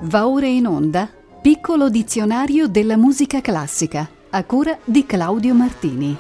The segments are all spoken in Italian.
Va ora in onda Piccolo dizionario della musica classica, a cura di Claudio Martini.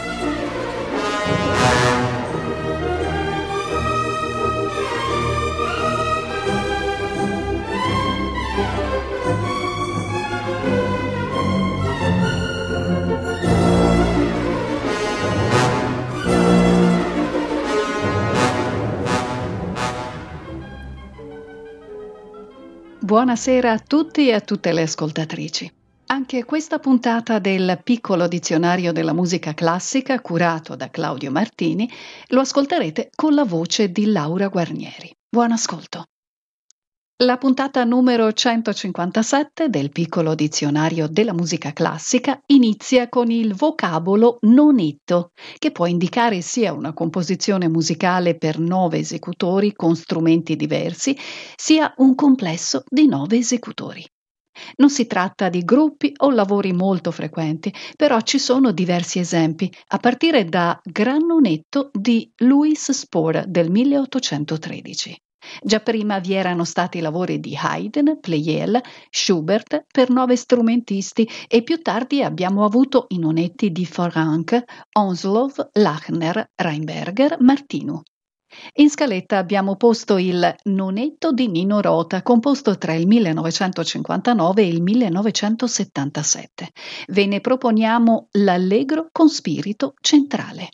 Buonasera a tutti e a tutte le ascoltatrici. Anche questa puntata del Piccolo dizionario della musica classica, curato da Claudio Martini, lo ascolterete con la voce di Laura Guarnieri. Buon ascolto. La puntata numero 157 del Piccolo dizionario della musica classica inizia con il vocabolo nonetto, che può indicare sia una composizione musicale per 9 esecutori con strumenti diversi, sia un complesso di 9 esecutori. Non si tratta di gruppi o lavori molto frequenti, però ci sono diversi esempi, a partire da Gran Nonetto di Louis Spohr del 1813. Già prima vi erano stati lavori di Haydn, Pleyel, Schubert per 9 strumentisti e più tardi abbiamo avuto i nonetti di Poulenc, Onslow, Lachner, Reinberger, Martinu. In scaletta abbiamo posto il nonetto di Nino Rota, composto tra il 1959 e il 1977. Ve ne proponiamo l'allegro con spirito centrale.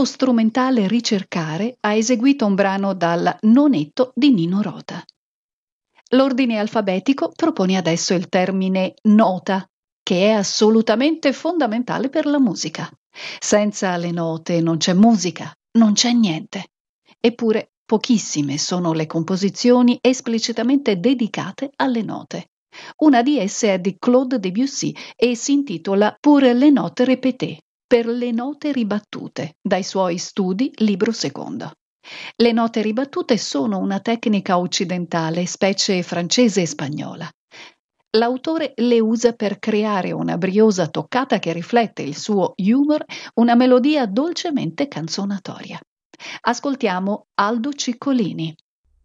strumentale Ricercare ha eseguito un brano dal Nonetto di Nino Rota. L'ordine alfabetico propone adesso il termine nota, che è assolutamente fondamentale per la musica. Senza le note non c'è musica, non c'è niente. Eppure pochissime sono le composizioni esplicitamente dedicate alle note. Una di esse è di Claude Debussy e si intitola Pour les notes répétées, per le note ribattute, dai suoi studi Libro secondo. Le note ribattute sono una tecnica occidentale, specie francese e spagnola. L'autore le usa per creare una briosa toccata che riflette il suo humor, una melodia dolcemente canzonatoria. Ascoltiamo Aldo Ciccolini.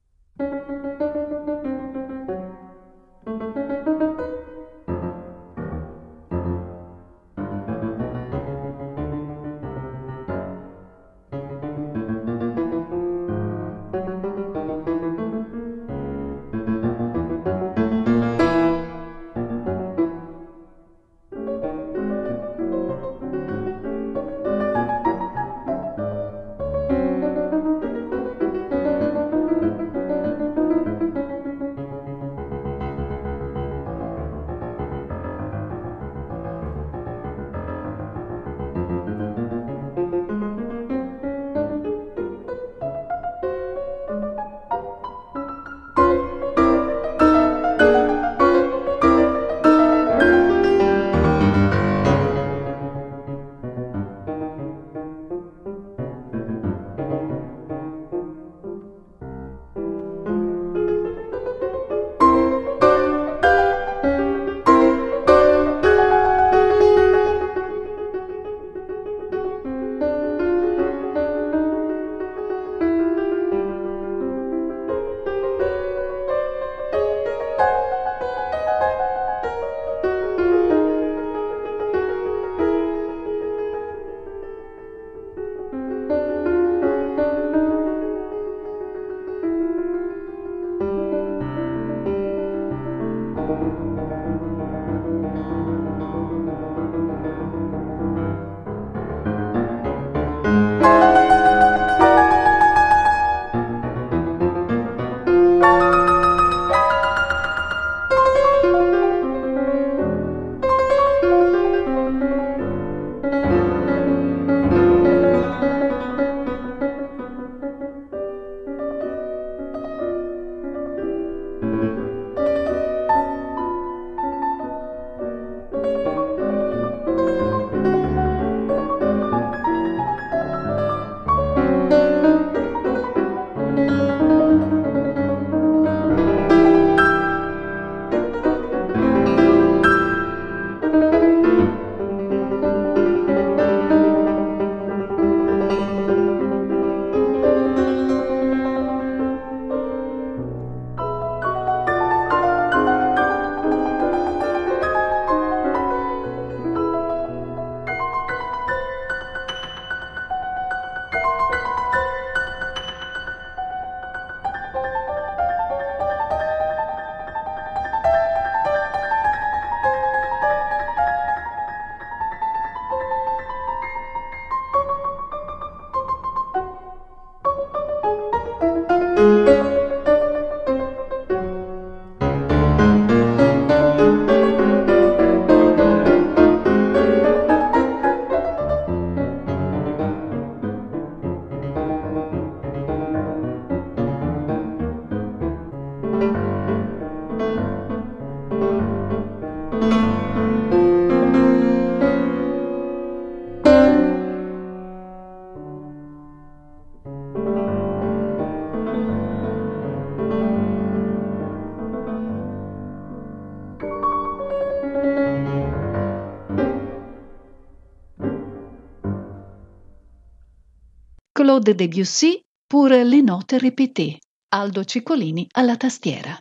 Claude Debussy, Pour les notes répétées, Aldo Ciccolini alla tastiera.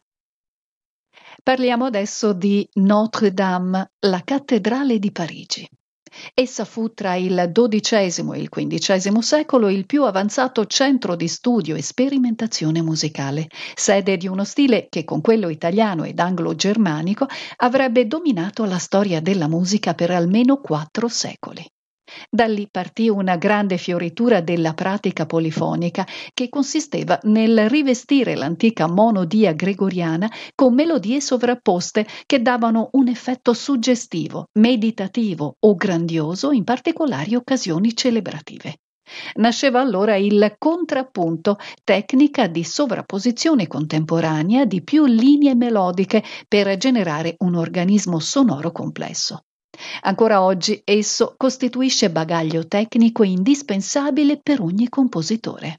Parliamo adesso di Notre-Dame, la cattedrale di Parigi. Essa fu tra il XII e il XV secolo il più avanzato centro di studio e sperimentazione musicale, sede di uno stile che con quello italiano ed anglo-germanico avrebbe dominato la storia della musica per almeno 4 secoli. Da lì partì una grande fioritura della pratica polifonica che consisteva nel rivestire l'antica monodia gregoriana con melodie sovrapposte che davano un effetto suggestivo, meditativo o grandioso in particolari occasioni celebrative. Nasceva allora il contrappunto, tecnica di sovrapposizione contemporanea di più linee melodiche per generare un organismo sonoro complesso. Ancora oggi esso costituisce bagaglio tecnico indispensabile per ogni compositore.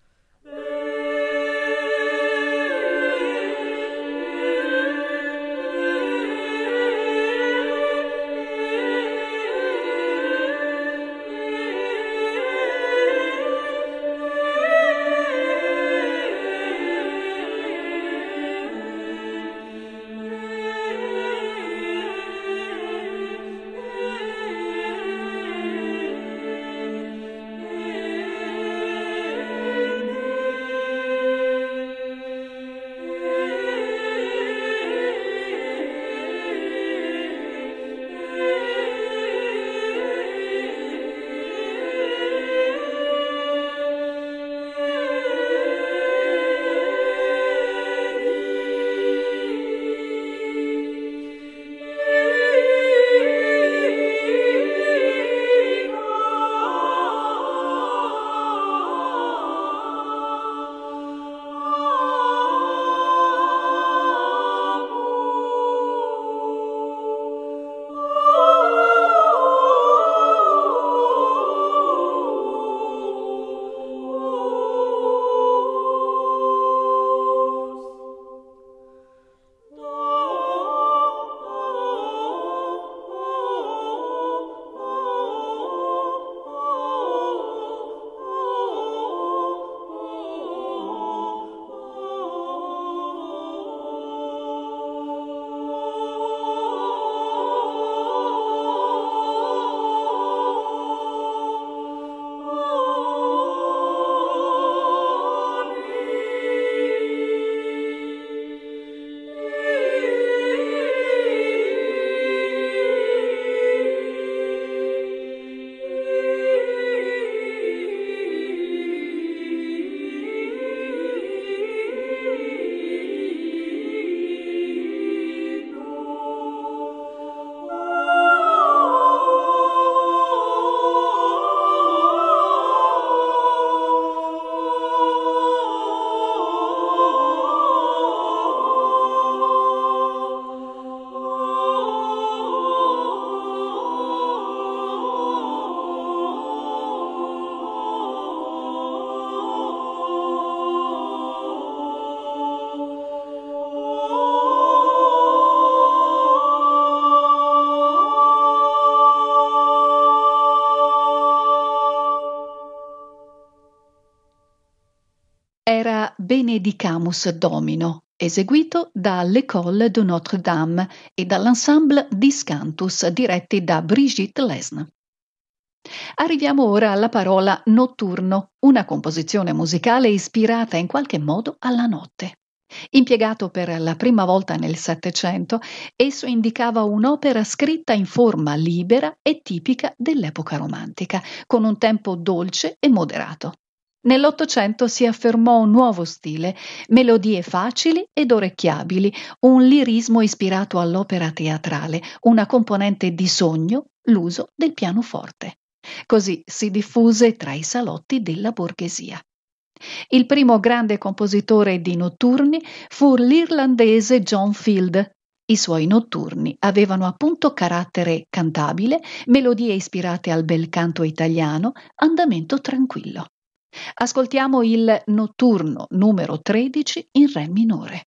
Era Benedicamus Domino, eseguito dall'École de Notre-Dame e dall'ensemble Discantus diretti da Brigitte Lesne. Arriviamo ora alla parola notturno, una composizione musicale ispirata in qualche modo alla notte. Impiegato per la prima volta nel Settecento, esso indicava un'opera scritta in forma libera e tipica dell'epoca romantica, con un tempo dolce e moderato. Nell'Ottocento si affermò un nuovo stile, melodie facili ed orecchiabili, un lirismo ispirato all'opera teatrale, una componente di sogno, l'uso del pianoforte. Così si diffuse tra i salotti della borghesia. Il primo grande compositore di notturni fu l'irlandese John Field. I suoi notturni avevano appunto carattere cantabile, melodie ispirate al bel canto italiano, andamento tranquillo. Ascoltiamo il notturno numero 13 in re minore.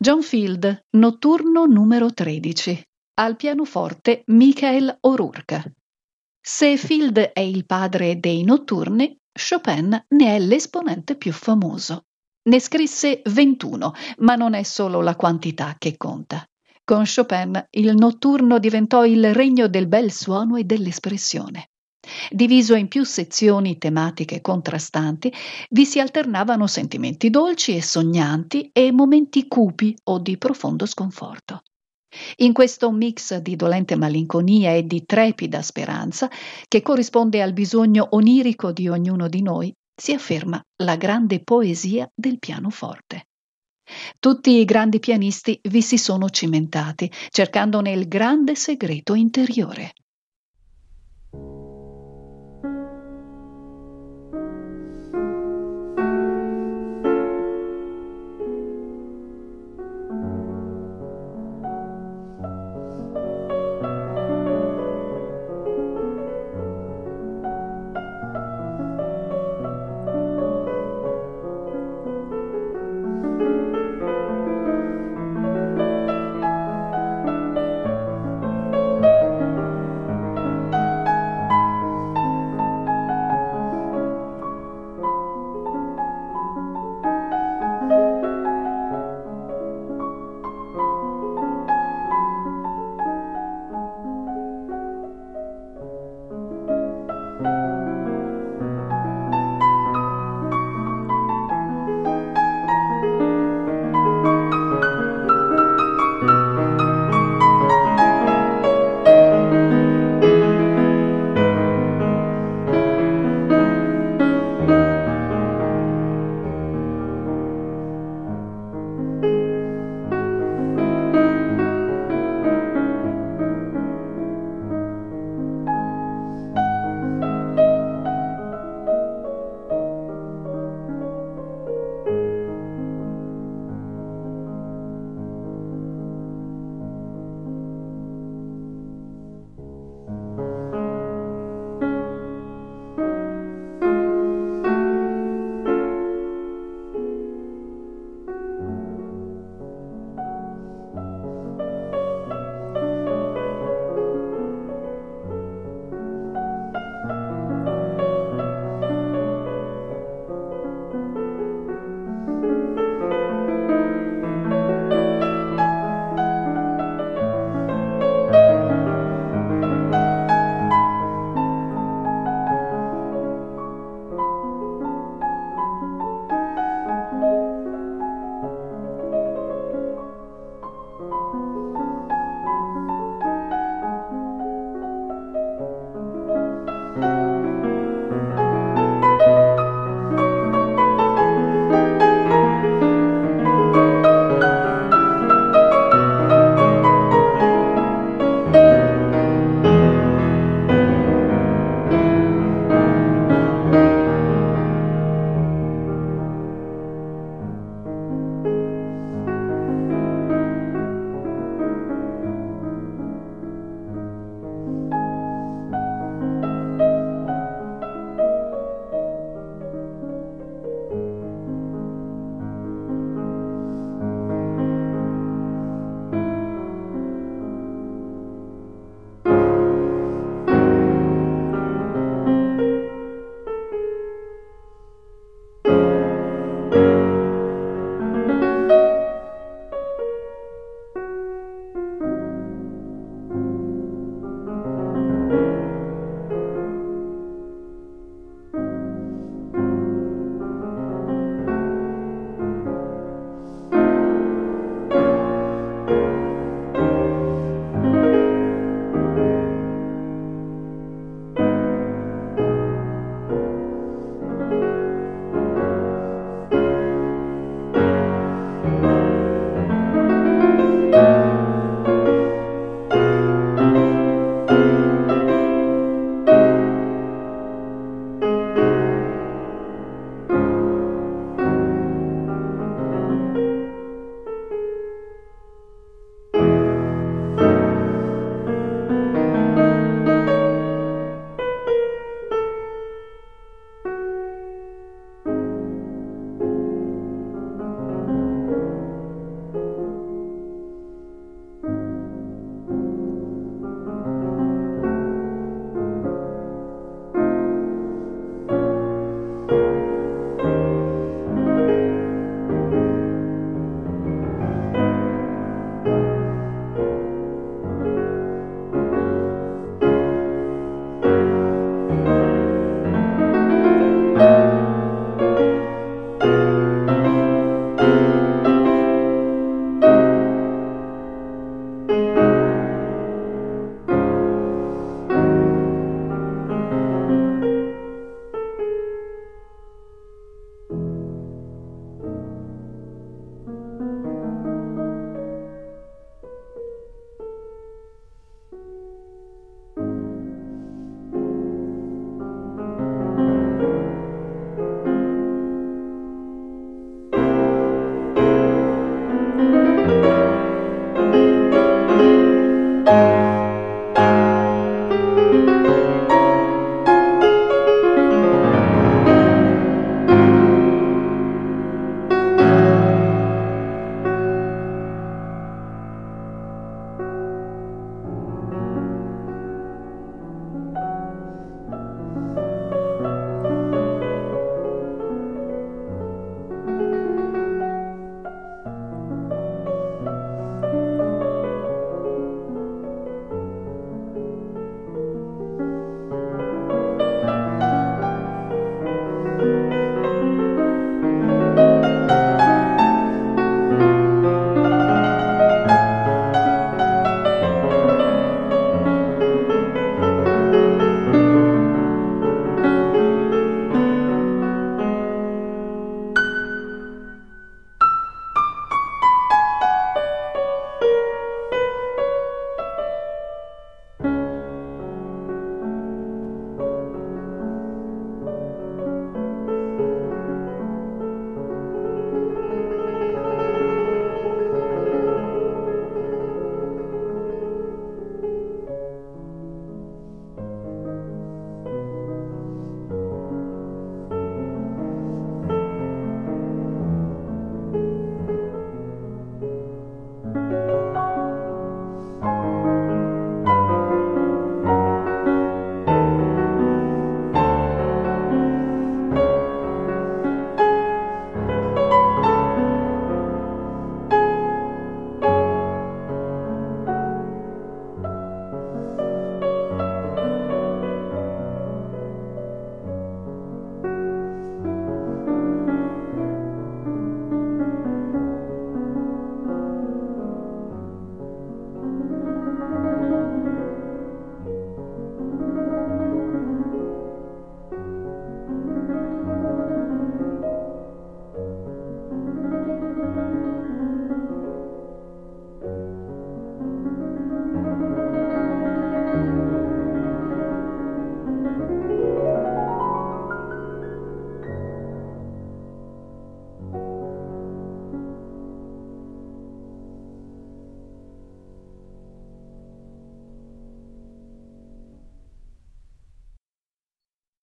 John Field, Notturno numero 13. Al pianoforte Michael O'Rourke. Se Field è il padre dei notturni, Chopin ne è l'esponente più famoso. Ne scrisse 21, ma non è solo la quantità che conta. Con Chopin il notturno diventò il regno del bel suono e dell'espressione. Diviso in più sezioni tematiche contrastanti, vi si alternavano sentimenti dolci e sognanti e momenti cupi o di profondo sconforto. In questo mix di dolente malinconia e di trepida speranza, che corrisponde al bisogno onirico di ognuno di noi, si afferma la grande poesia del pianoforte. Tutti i grandi pianisti vi si sono cimentati, cercandone il grande segreto interiore.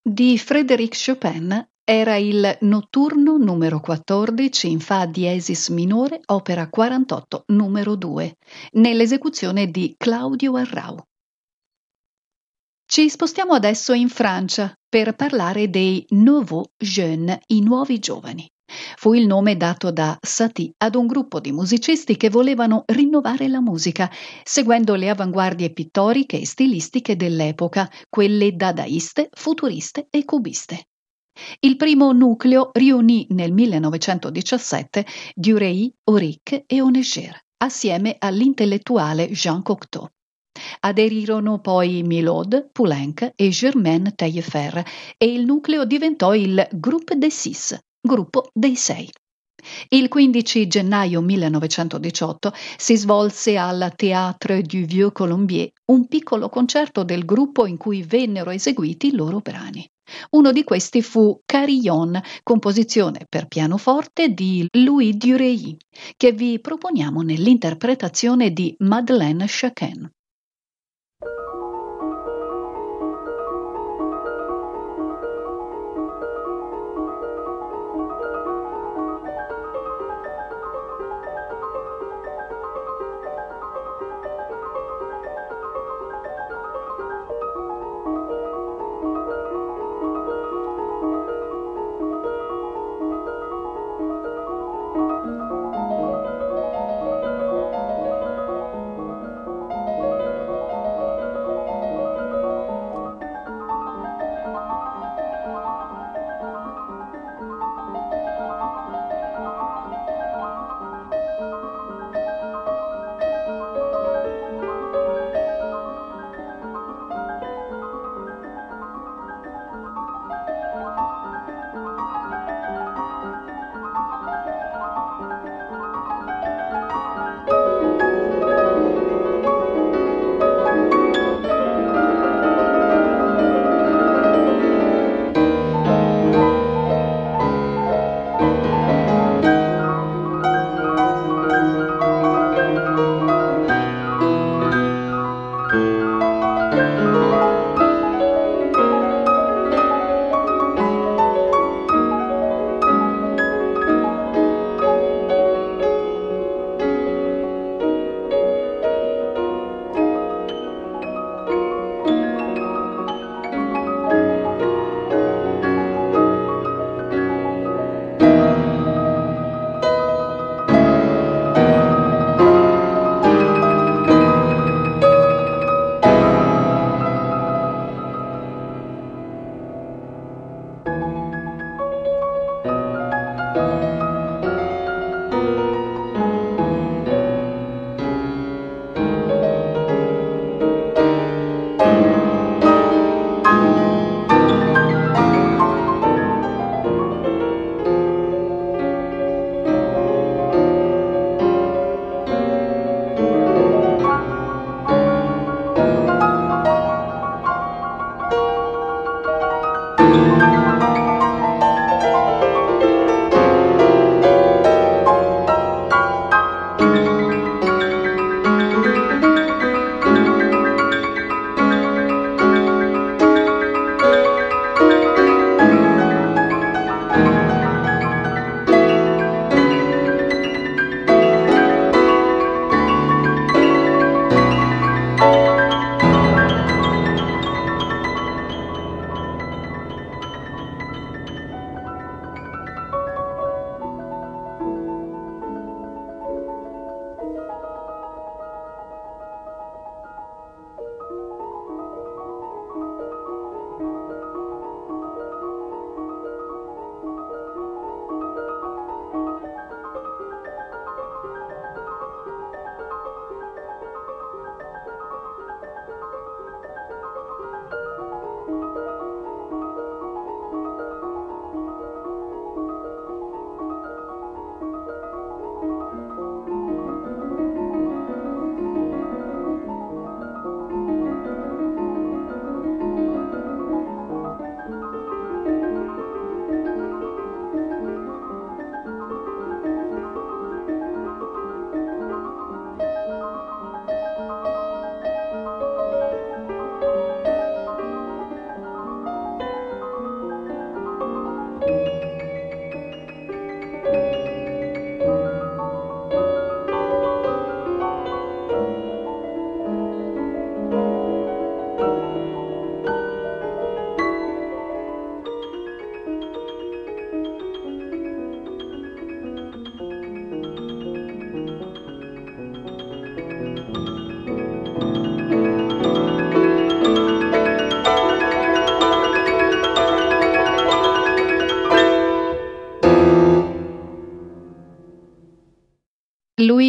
Di Frédéric Chopin era il Notturno numero 14 in Fa diesis minore, opera 48, numero 2, nell'esecuzione di Claudio Arrau. Ci spostiamo adesso in Francia per parlare dei Nouveaux Jeunes, i nuovi giovani. Fu il nome dato da Satie ad un gruppo di musicisti che volevano rinnovare la musica, seguendo le avanguardie pittoriche e stilistiche dell'epoca, quelle dadaiste, futuriste e cubiste. Il primo nucleo riunì nel 1917 Dureil, Auric e Honegger, assieme all'intellettuale Jean Cocteau. Aderirono poi Milhaud, Poulenc e Germaine Taillefer e il nucleo diventò il Groupe des Six, gruppo dei sei. Il 15 gennaio 1918 si svolse al Théâtre du Vieux Colombier un piccolo concerto del gruppo in cui vennero eseguiti i loro brani. Uno di questi fu Carillon, composizione per pianoforte di Louis Dureil, che vi proponiamo nell'interpretazione di Madeleine Chacun.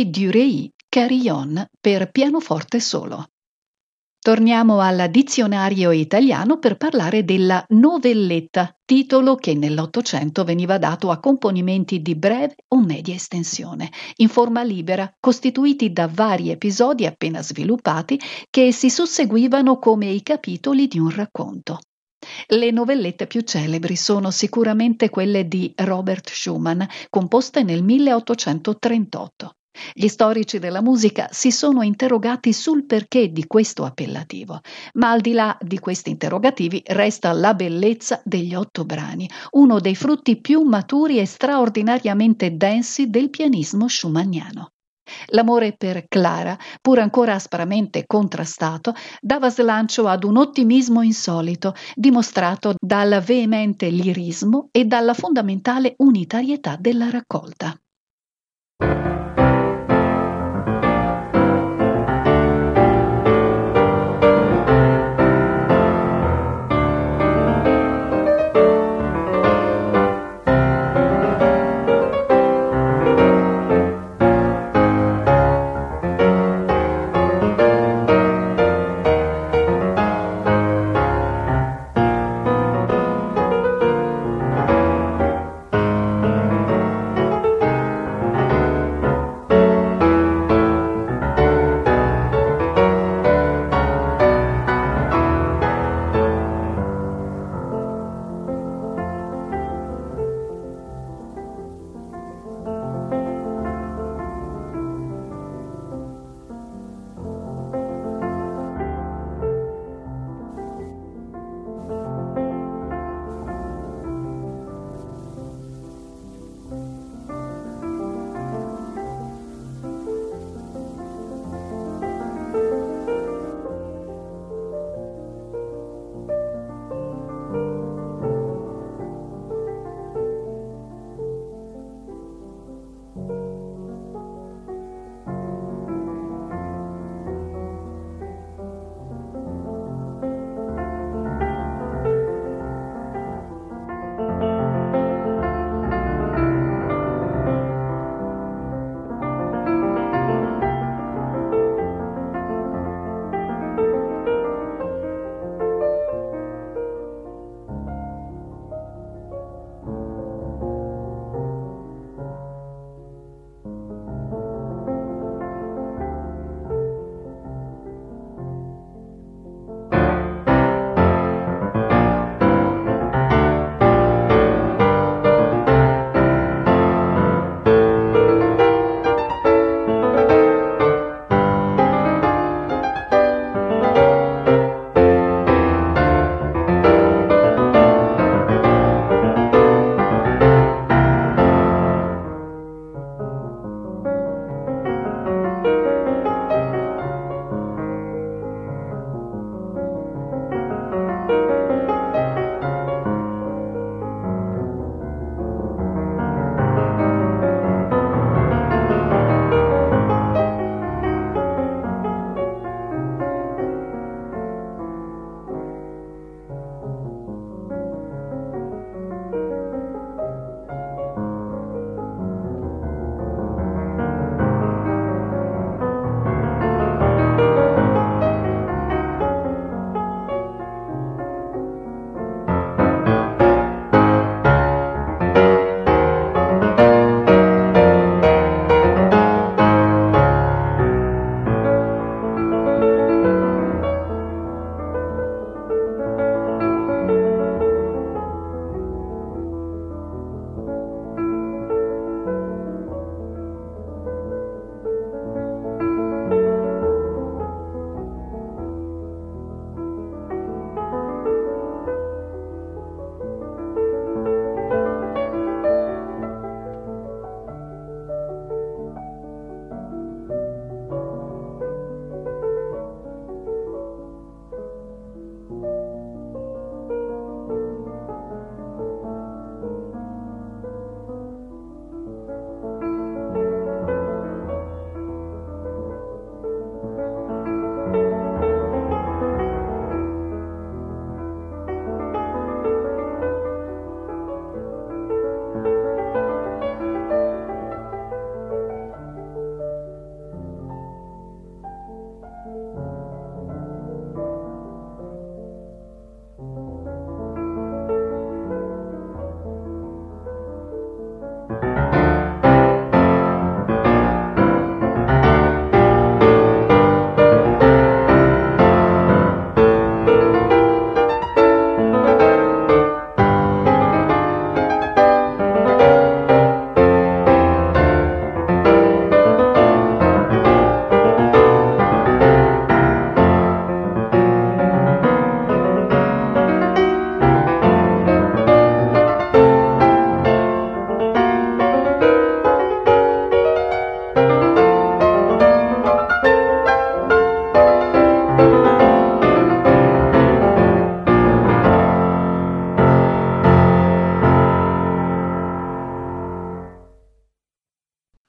e Duréi Carillon per pianoforte solo. Torniamo al dizionario italiano per parlare della novelletta, titolo che nell'Ottocento veniva dato a componimenti di breve o media estensione, in forma libera, costituiti da vari episodi appena sviluppati che si susseguivano come i capitoli di un racconto. Le novellette più celebri sono sicuramente quelle di Robert Schumann, composte nel 1838. Gli storici della musica si sono interrogati sul perché di questo appellativo, ma al di là di questi interrogativi resta la bellezza degli 8 brani, uno dei frutti più maturi e straordinariamente densi del pianismo schumanniano. L'amore per Clara, pur ancora aspramente contrastato, dava slancio ad un ottimismo insolito, dimostrato dal veemente lirismo e dalla fondamentale unitarietà della raccolta.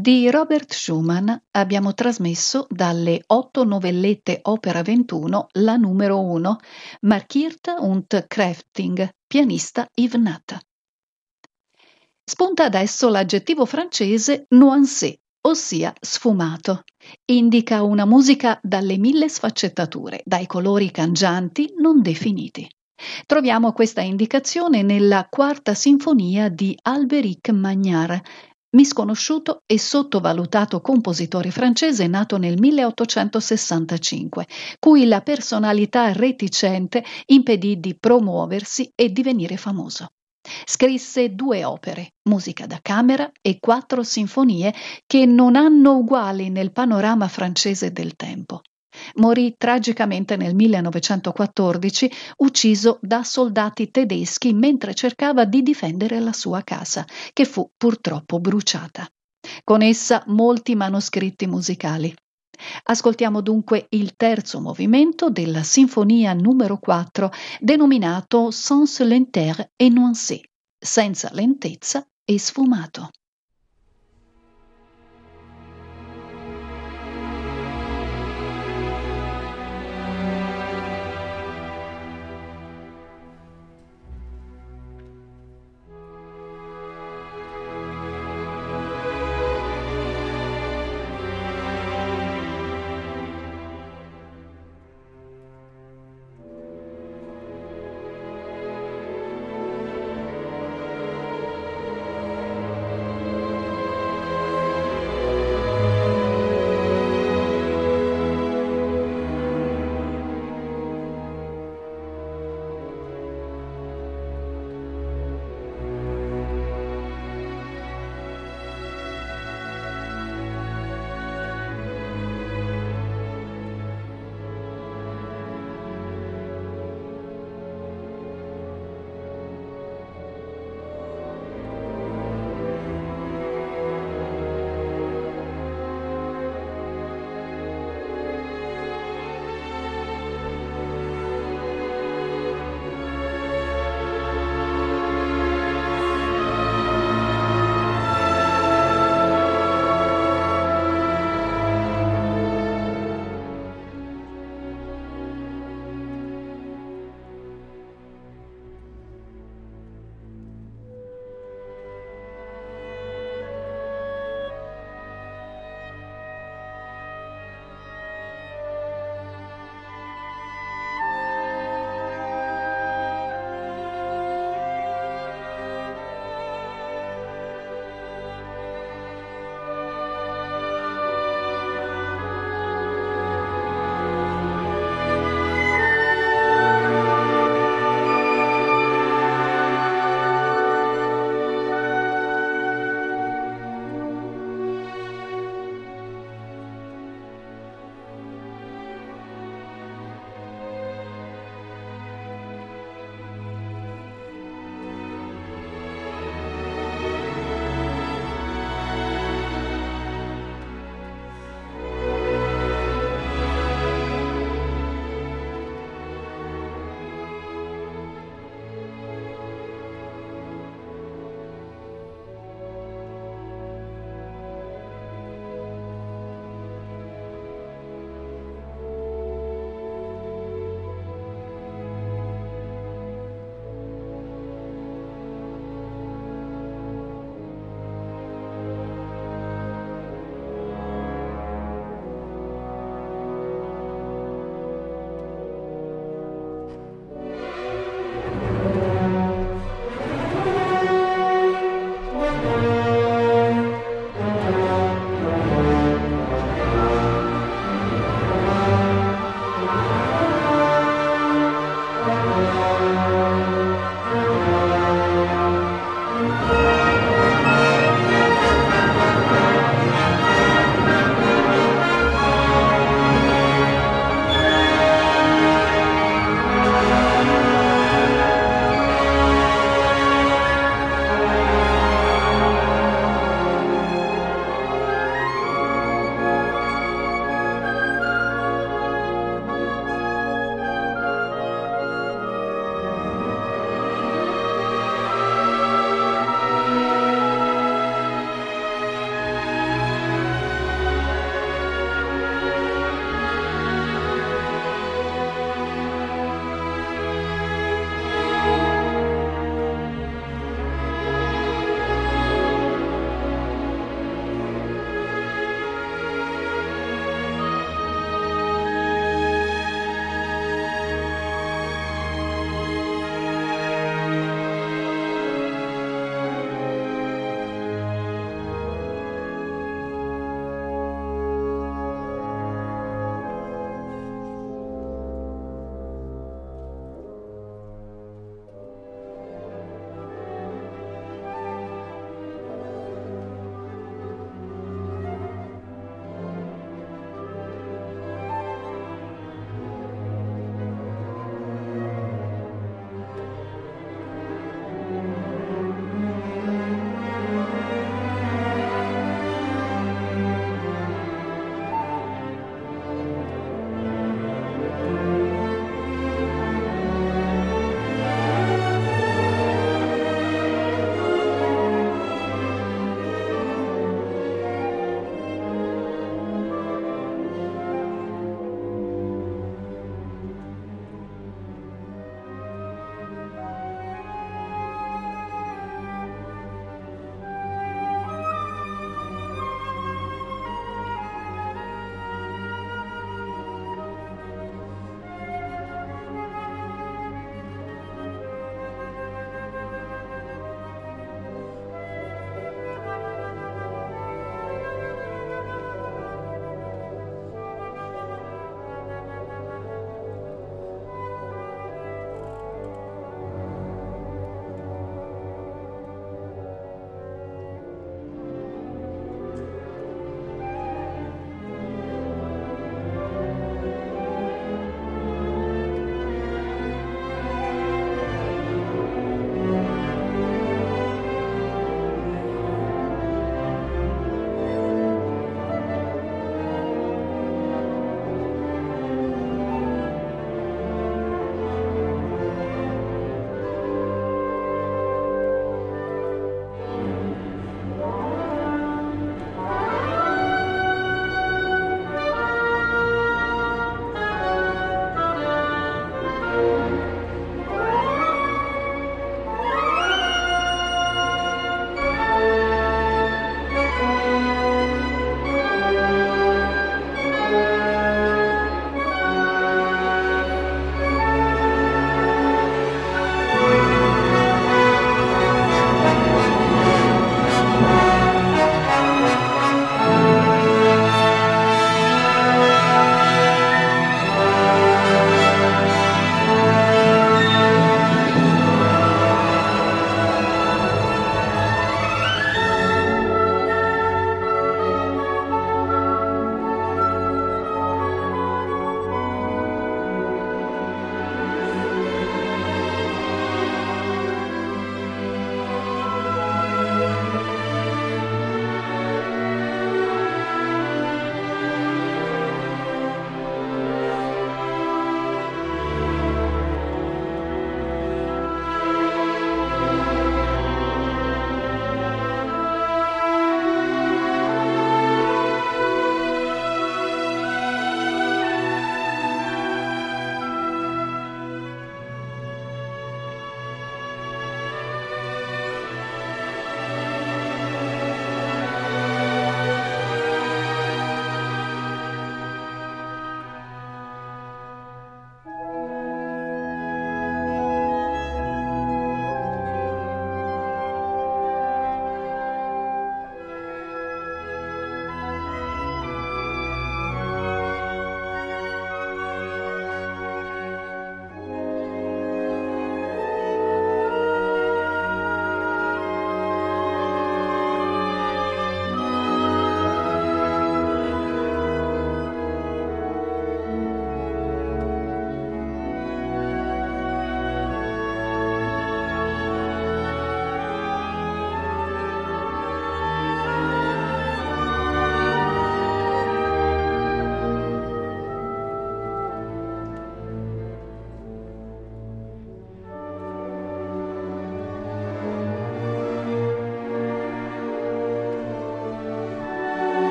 Di Robert Schumann abbiamo trasmesso dalle 8 novellette opera 21 la numero 1, Markiert und Kräfting, pianista Yves Nat. Spunta adesso l'aggettivo francese nuancé, ossia sfumato. Indica una musica dalle 1000 sfaccettature, dai colori cangianti non definiti. Troviamo questa indicazione nella quarta sinfonia di Albéric Magnard, misconosciuto e sottovalutato compositore francese nato nel 1865, cui la personalità reticente impedì di promuoversi e divenire famoso. Scrisse 2 opere, musica da camera e 4 sinfonie che non hanno uguali nel panorama francese del tempo. Morì tragicamente nel 1914, ucciso da soldati tedeschi mentre cercava di difendere la sua casa, che fu purtroppo bruciata. Con essa molti manoscritti musicali. Ascoltiamo dunque il terzo movimento della Sinfonia numero 4, denominato Sans lenteur et nuancé, senza lentezza e sfumato.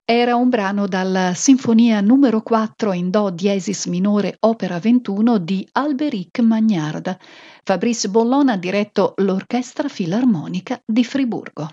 Era un brano dalla Sinfonia numero 4 in Do diesis minore opera 21 di Alberic Magnard. Fabrice Bollon ha diretto l'Orchestra Filarmonica di Friburgo.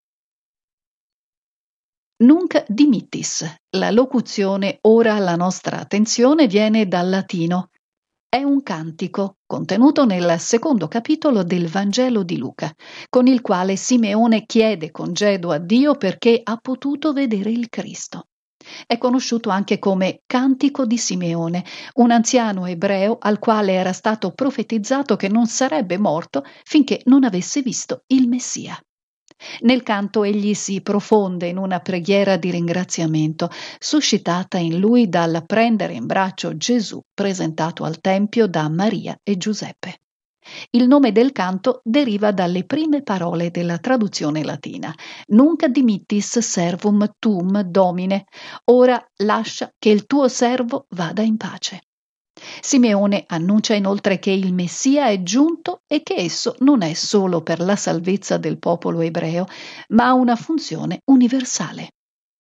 Nunc dimittis. La locuzione ora la nostra attenzione viene dal latino. È un cantico contenuto nel secondo capitolo del Vangelo di Luca, con il quale Simeone chiede congedo a Dio perché ha potuto vedere il Cristo. È conosciuto anche come Cantico di Simeone, un anziano ebreo al quale era stato profetizzato che non sarebbe morto finché non avesse visto il Messia. Nel canto egli si profonde in una preghiera di ringraziamento, suscitata in lui dal prendere in braccio Gesù presentato al Tempio da Maria e Giuseppe. Il nome del canto deriva dalle prime parole della traduzione latina. Nunc dimittis servum tuum, Domine. Ora lascia che il tuo servo vada in pace. Simeone annuncia inoltre che il Messia è giunto e che esso non è solo per la salvezza del popolo ebreo, ma ha una funzione universale.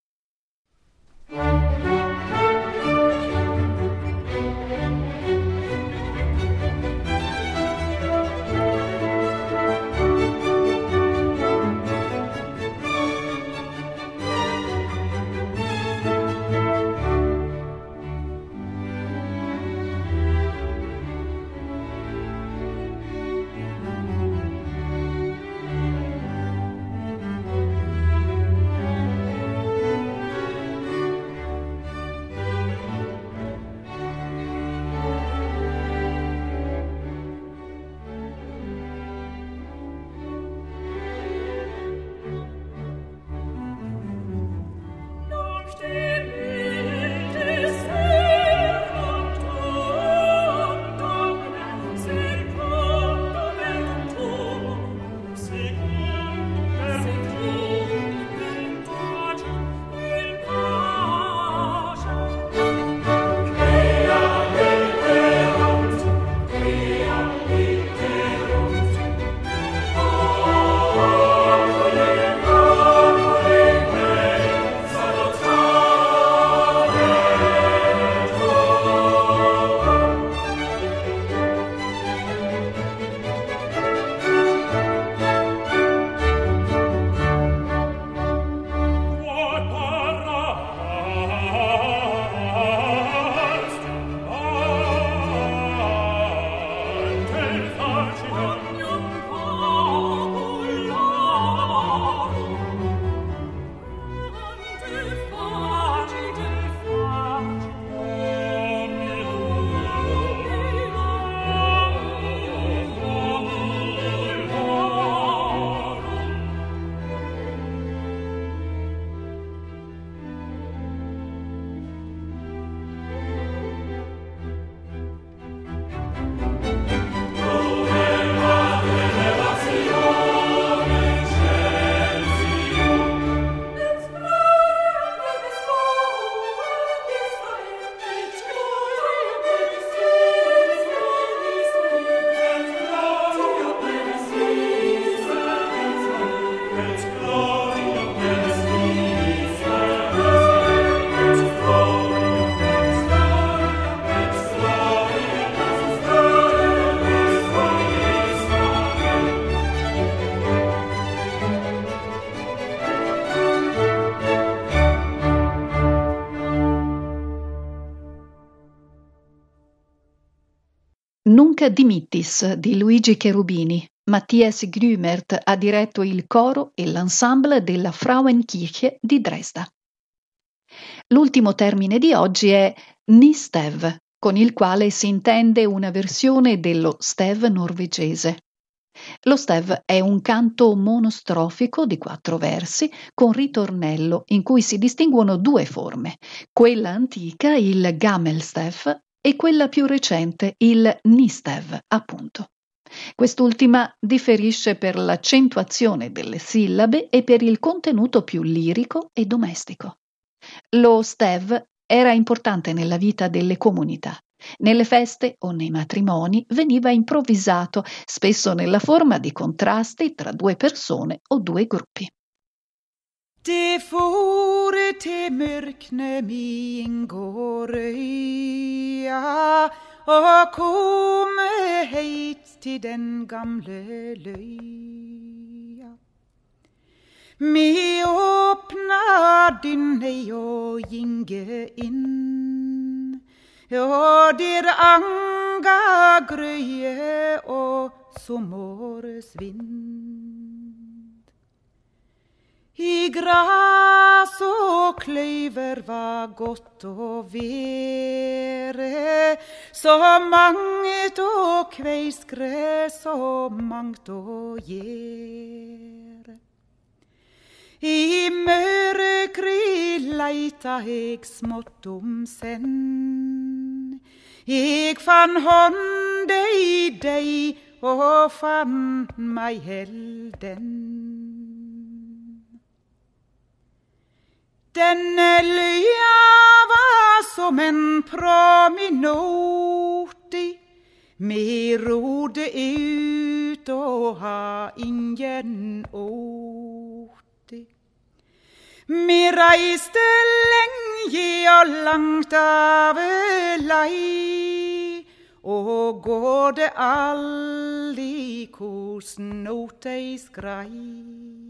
Nunc dimittis di Luigi Cherubini. Matthias Grümert ha diretto il coro e l'ensemble della Frauenkirche di Dresda. L'ultimo termine di oggi è Nistev, con il quale si intende una versione dello stev norvegese. Lo stev è un canto monostrofico di 4 versi con ritornello in cui si distinguono 2 forme, quella antica, il Gammelstev, e quella più recente, il Nistev, appunto. Quest'ultima differisce per l'accentuazione delle sillabe e per il contenuto più lirico e domestico. Lo stev era importante nella vita delle comunità. Nelle feste o nei matrimoni veniva improvvisato, spesso nella forma di contrasti tra 2 persone o 2 gruppi. Det for til mørkne min gårøya, og komme heit til den gamle løya. Mi åpna dynne og ginge inn, og der anga grøye og sommersvind. I gras og kløyver var godt å være, så mangt å kveiskre, så mangt å gjere. I mørkri leita eg smått om senn. Eg fann hånda i deg og fann meg helden. Denne løya var som en promenade, vi rodde ut og ha ingen åte. Vi reiste lenge og langt av lei, og går det aldri hvordan åt ei skrei.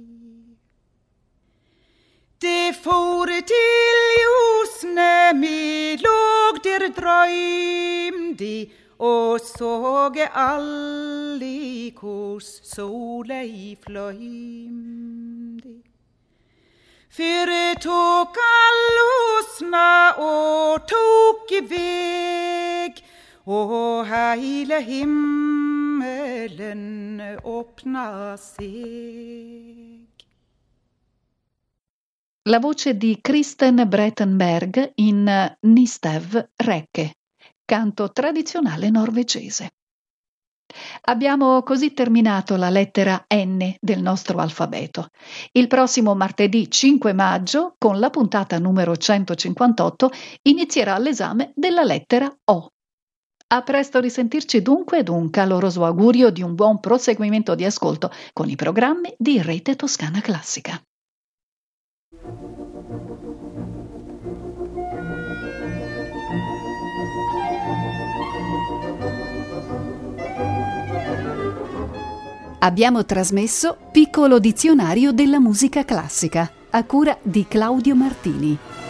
Det for til ljusne, mi låg der drøymde, og såg aldri hvordan solei fløymde. Før tok allosna og tok I veg, og heile himmelen åpna seg. La voce di Kristen Brettenberg in Nistev Rekke, canto tradizionale norvegese. Abbiamo così terminato la lettera N del nostro alfabeto. Il prossimo martedì 5 maggio, con la puntata numero 158, inizierà l'esame della lettera O. A presto risentirci dunque ed un caloroso augurio di un buon proseguimento di ascolto con I programmi di Rete Toscana Classica. Abbiamo trasmesso Piccolo dizionario della musica classica, a cura di Claudio Martini.